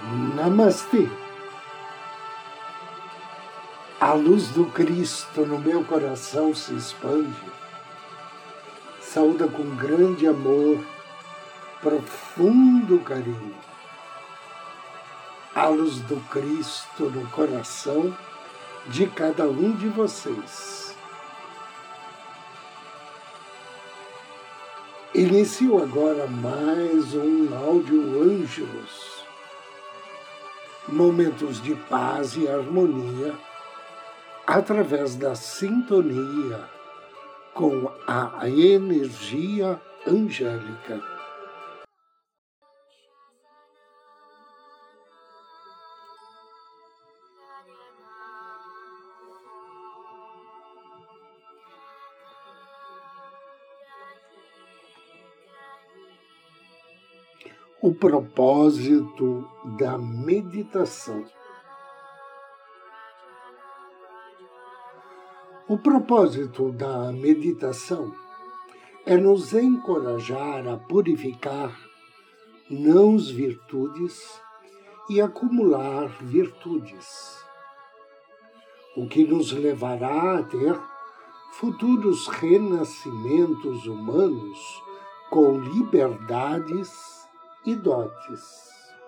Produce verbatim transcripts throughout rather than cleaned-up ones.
Namastê. A luz do Cristo no meu coração se expande. Saúda com grande amor, profundo carinho. A luz do Cristo no coração de cada um de vocês. Inicio agora mais um áudio Ângelos. Momentos de paz e harmonia através da sintonia com a energia angélica. O propósito da meditação. O propósito da meditação é nos encorajar a purificar não virtudes e acumular virtudes, o que nos levará a ter futuros renascimentos humanos com liberdades e dotes.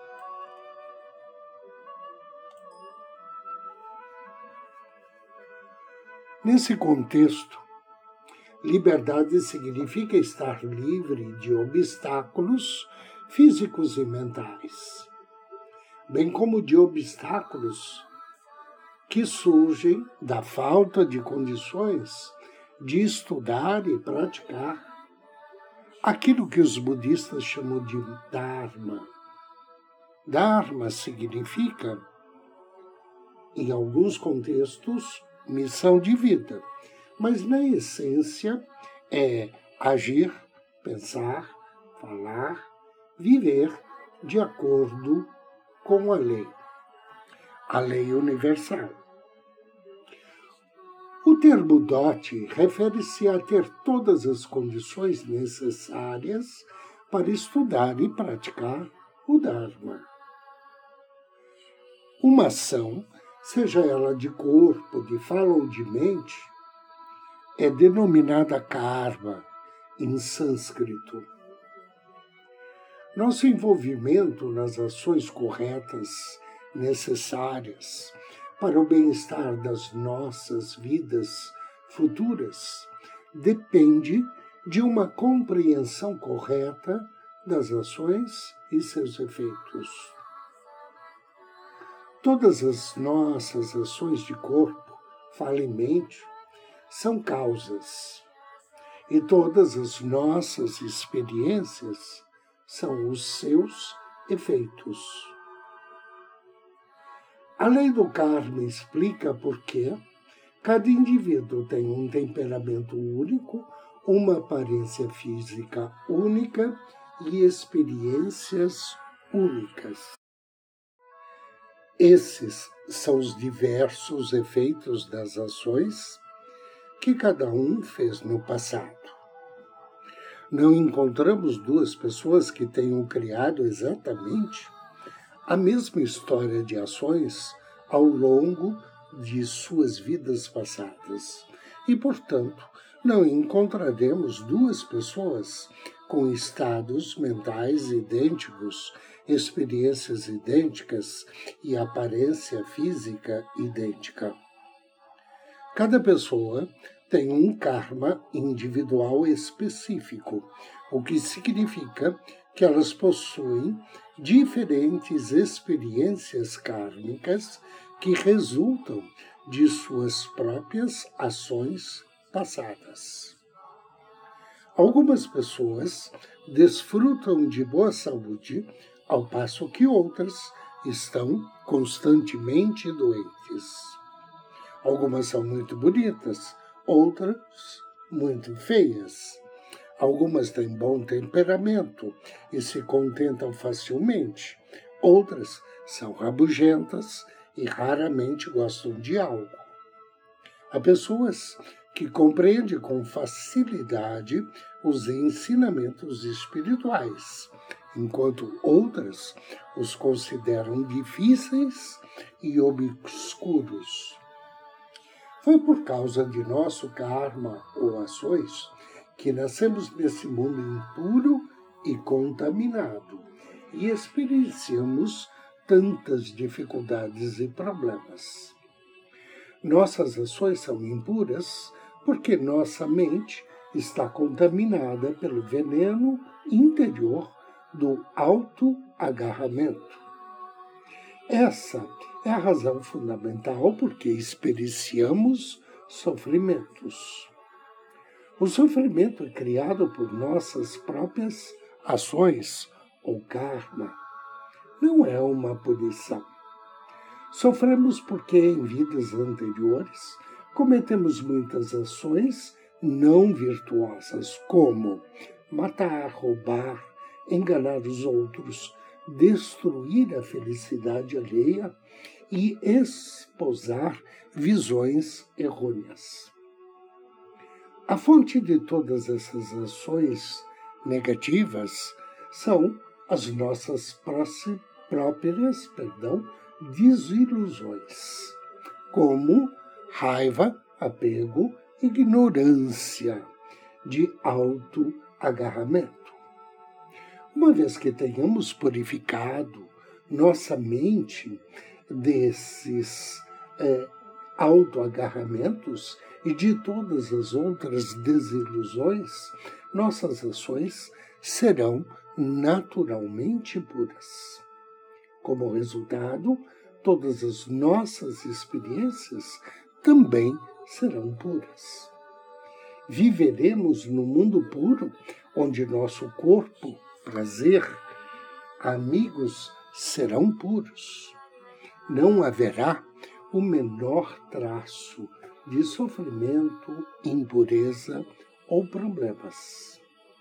Nesse contexto, liberdade significa estar livre de obstáculos físicos e mentais, bem como de obstáculos que surgem da falta de condições de estudar e praticar aquilo que os budistas chamam de Dharma. Dharma significa, em alguns contextos, missão de vida, mas na essência é agir, pensar, falar, viver de acordo com a lei, a lei universal. O termo dote refere-se a ter todas as condições necessárias para estudar e praticar o Dharma. Uma ação, seja ela de corpo, de fala ou de mente, é denominada karma em sânscrito. Nosso envolvimento nas ações corretas, necessárias para o bem-estar das nossas vidas futuras, depende de uma compreensão correta das ações e seus efeitos. Todas as nossas ações de corpo, fala e mente, são causas, e todas as nossas experiências são os seus efeitos. A lei do karma explica por que cada indivíduo tem um temperamento único, uma aparência física única e experiências únicas. Esses são os diversos efeitos das ações que cada um fez no passado. Não encontramos duas pessoas que tenham criado exatamente a mesma história de ações ao longo de suas vidas passadas. E, portanto, não encontraremos duas pessoas com estados mentais idênticos, experiências idênticas e aparência física idêntica. Cada pessoa tem um karma individual específico, o que significa que elas possuem diferentes experiências kármicas que resultam de suas próprias ações passadas. Algumas pessoas desfrutam de boa saúde, ao passo que outras estão constantemente doentes. Algumas são muito bonitas, outras muito feias. Algumas têm bom temperamento e se contentam facilmente. Outras são rabugentas e raramente gostam de algo. Há pessoas que compreendem com facilidade os ensinamentos espirituais enquanto outras os consideram difíceis e obscuros. Foi por causa de nosso karma ou ações que nascemos nesse mundo impuro e contaminado e experienciamos tantas dificuldades e problemas. Nossas ações são impuras porque nossa mente está contaminada pelo veneno interior do auto-agarramento. Essa é a razão fundamental porque experienciamos sofrimentos. O sofrimento é criado por nossas próprias ações ou karma. Não é uma punição. Sofremos porque em vidas anteriores cometemos muitas ações não virtuosas, como matar, roubar, enganar os outros, destruir a felicidade alheia e esposar visões errôneas. A fonte de todas essas ações negativas são as nossas próprias perdão, desilusões, como raiva, apego, ignorância, de auto-agarramento. Uma vez que tenhamos purificado nossa mente desses é, auto-agarramentos e de todas as outras desilusões, nossas ações serão naturalmente puras. Como resultado, todas as nossas experiências também serão puras. Viveremos no mundo puro, onde nosso corpo, prazer, amigos serão puros. Não haverá o menor traço de sofrimento, impureza ou problemas.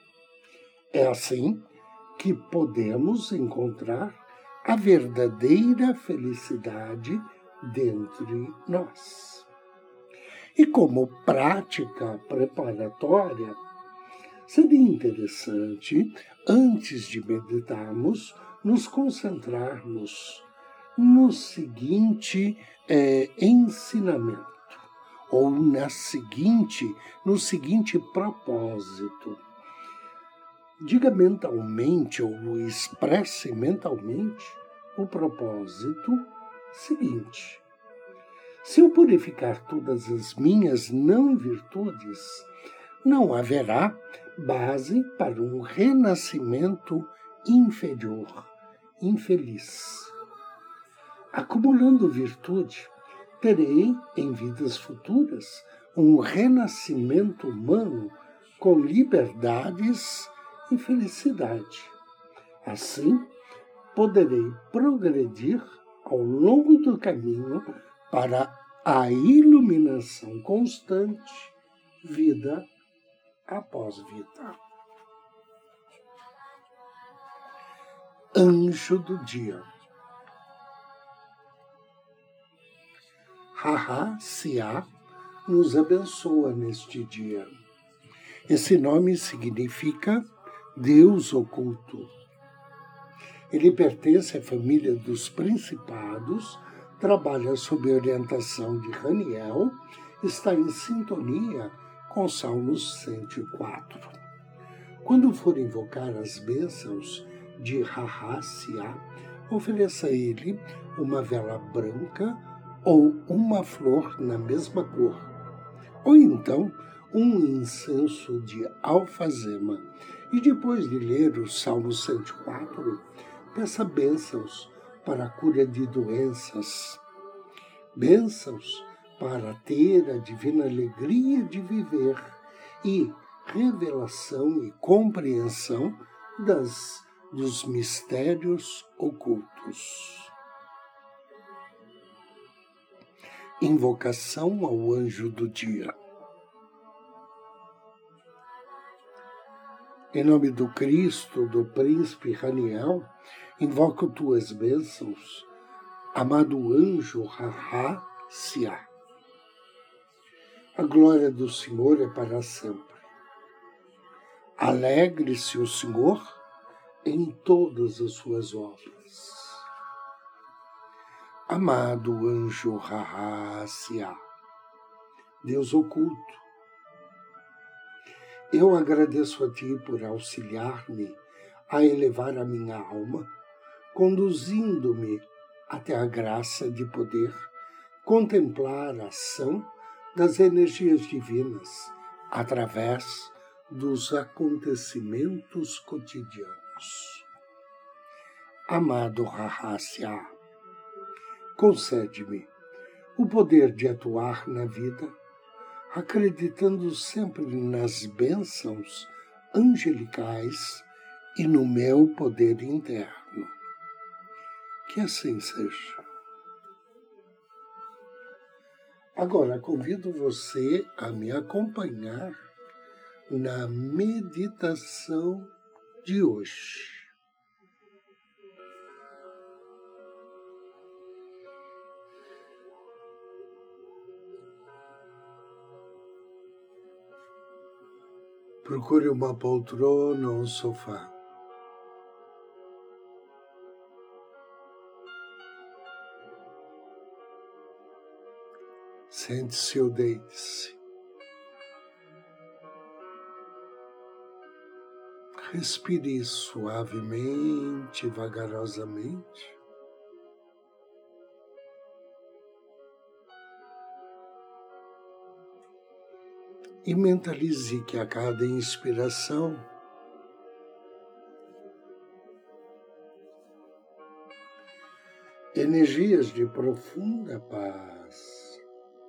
É assim que podemos encontrar a verdadeira felicidade dentre nós. E como prática preparatória, seria interessante, antes de meditarmos, nos concentrarmos no seguinte é, ensinamento, ou na seguinte, no seguinte propósito. Diga mentalmente ou expresse mentalmente o propósito seguinte. Se eu purificar todas as minhas não virtudes, não haverá base para um renascimento inferior, infeliz. Acumulando virtude, terei, em vidas futuras, um renascimento humano com liberdades e felicidade. Assim, poderei progredir ao longo do caminho para a iluminação constante, vida após vida. Anjo do dia. Rahasya nos abençoa neste dia. Esse nome significa Deus oculto. Ele pertence à família dos principados, trabalha sob orientação de Raniel, está em sintonia com Salmos cento e quatro. Quando for invocar as bênçãos de Rahasya, ofereça a ele uma vela branca ou uma flor na mesma cor, ou então um incenso de alfazema, e depois de ler o Salmo cento e quatro, peça bênçãos para a cura de doenças, bênçãos para ter a divina alegria de viver e revelação e compreensão das, dos mistérios ocultos. Invocação ao anjo do dia. Em nome do Cristo, do príncipe Raniel, invoco tuas bênçãos, amado anjo Rahasya. A glória do Senhor é para sempre. Alegre-se o Senhor em todas as suas obras. Amado anjo Rahasya, Deus oculto, eu agradeço a Ti por auxiliar-me a elevar a minha alma, conduzindo-me até a graça de poder contemplar a ação das energias divinas através dos acontecimentos cotidianos. Amado Rahasya, concede-me o poder de atuar na vida, acreditando sempre nas bênçãos angelicais e no meu poder interno. Que assim seja. Agora convido você a me acompanhar na meditação de hoje. Procure uma poltrona ou um sofá. Sente-se ou deite-se. Respire suavemente, vagarosamente. E mentalize que a cada inspiração energias de profunda paz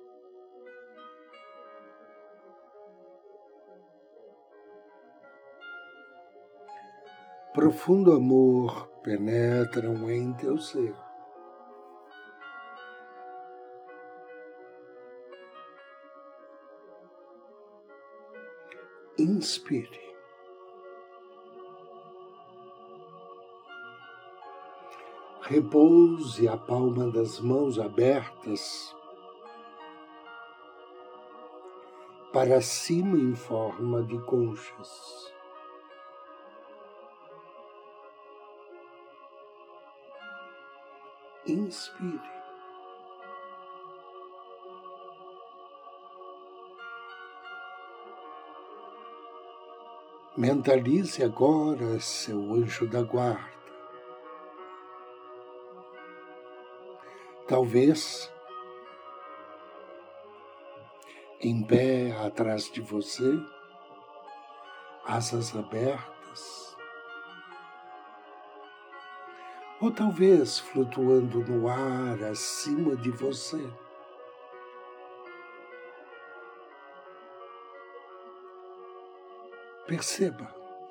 profundo amor penetram em teu ser. Inspire. Repouse a palma das mãos abertas para cima em forma de conchas. Inspire. Mentalize agora seu anjo da guarda. Talvez em pé atrás de você, asas abertas, ou talvez flutuando no ar acima de você. Perceba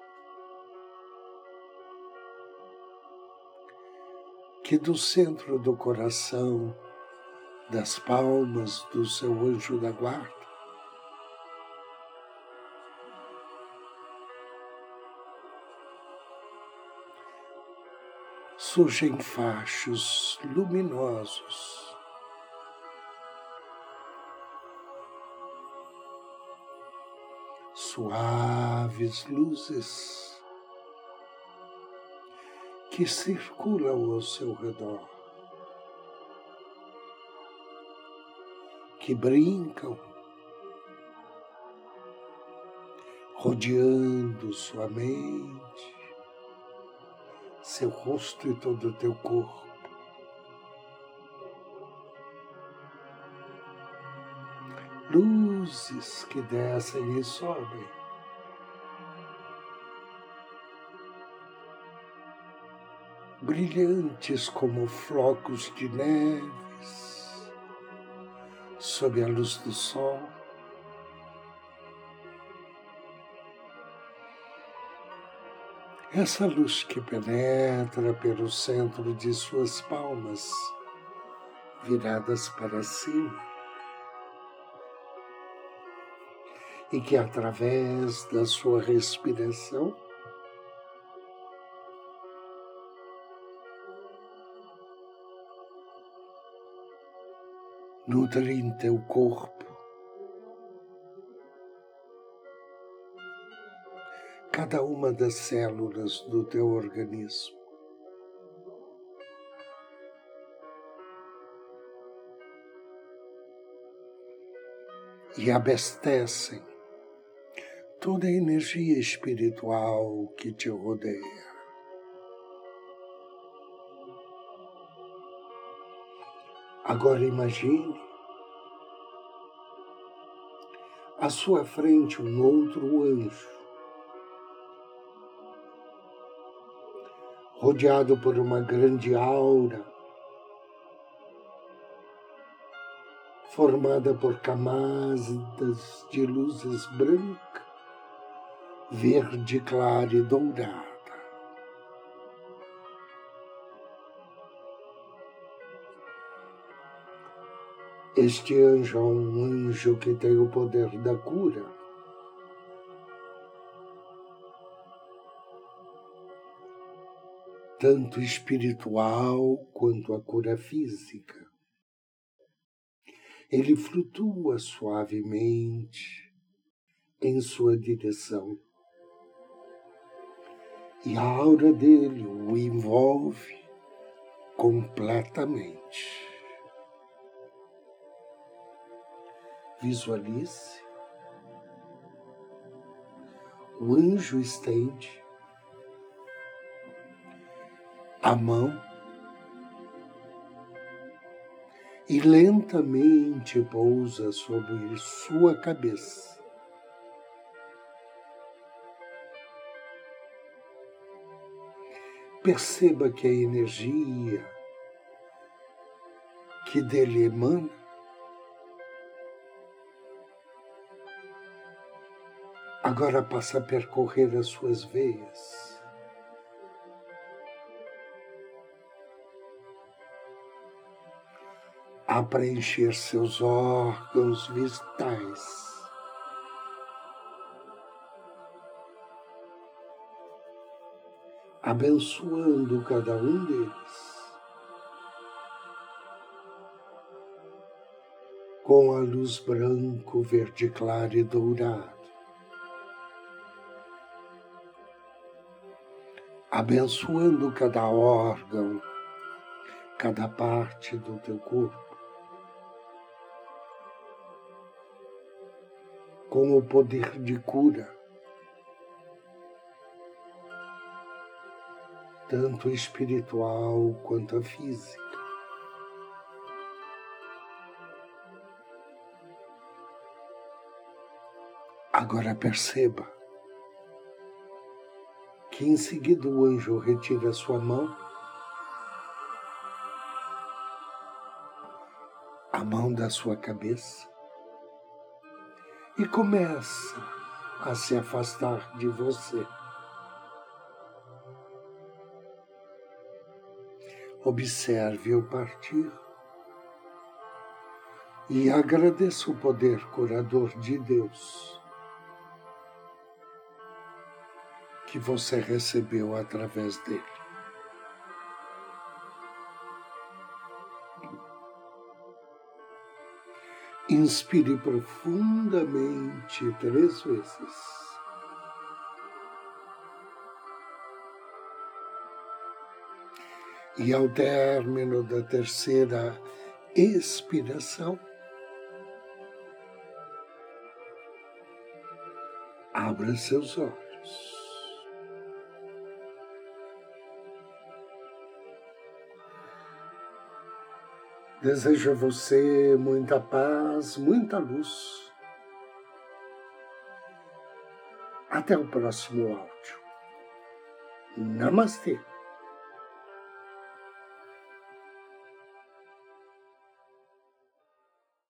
que do centro do coração, das palmas do seu anjo da guarda, surgem fachos luminosos, suaves luzes que circulam ao seu redor, que brincam, rodeando sua mente, seu rosto e todo o teu corpo. Luzes que descem e sobem. Brilhantes como flocos de neves sob a luz do sol. Essa luz que penetra pelo centro de suas palmas, viradas para cima, e que através da sua respiração nutrem teu corpo, cada uma das células do teu organismo. E abastecem toda a energia espiritual que te rodeia. Agora imagine à sua frente um outro anjo, rodeado por uma grande aura, formada por camadas de luzes branca, verde clara e dourada. Este anjo é um anjo que tem o poder da cura. Tanto espiritual quanto a cura física. Ele flutua suavemente em sua direção. E a aura dele o envolve completamente. Visualize. O anjo estende a mão e lentamente pousa sobre sua cabeça. Perceba que a energia que dele emana agora passa a percorrer as suas veias. A preencher seus órgãos vitais. Abençoando cada um deles com a luz branco, verde clara e dourada. Abençoando cada órgão, cada parte do teu corpo, com o poder de cura, tanto espiritual quanto a física. Agora perceba que em seguida o anjo retira sua mão, a mão da sua cabeça, e começa a se afastar de você. Observe-o partir e agradeça o poder curador de Deus que você recebeu através dele. Inspire profundamente três vezes. E ao término da terceira expiração, abra seus olhos. Desejo a você muita paz, muita luz. Até o próximo áudio. Namastê.